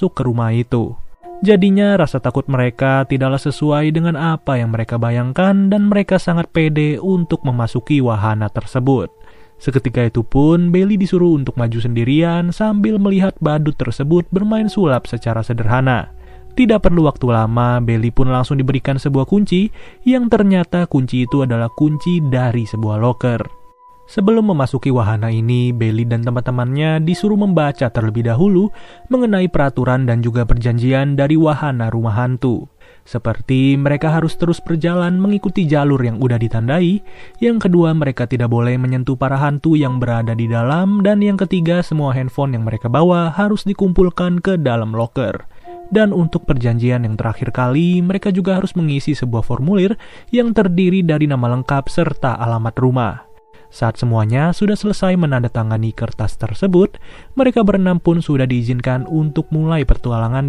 masuk ke rumah itu. Jadinya rasa takut mereka tidaklah sesuai dengan apa yang mereka bayangkan dan mereka sangat pede untuk memasuki wahana tersebut. Seketika itu pun Bailey disuruh untuk maju sendirian sambil melihat badut tersebut bermain sulap secara sederhana. Tidak perlu waktu lama, Bailey pun langsung diberikan sebuah kunci yang ternyata kunci itu adalah kunci dari sebuah loker. Sebelum memasuki wahana ini, Bailey dan teman-temannya disuruh membaca terlebih dahulu mengenai peraturan dan juga perjanjian dari wahana rumah hantu. Seperti mereka harus terus berjalan mengikuti jalur yang udah ditandai, yang kedua mereka tidak boleh menyentuh para hantu yang berada di dalam, dan yang ketiga semua handphone yang mereka bawa harus dikumpulkan ke dalam loker. Dan untuk perjanjian yang terakhir kali, mereka juga harus mengisi sebuah formulir yang terdiri dari nama lengkap serta alamat rumah. Saat semuanya sudah selesai menandatangani kertas tersebut, mereka berenam pun sudah diizinkan untuk mulai petualangan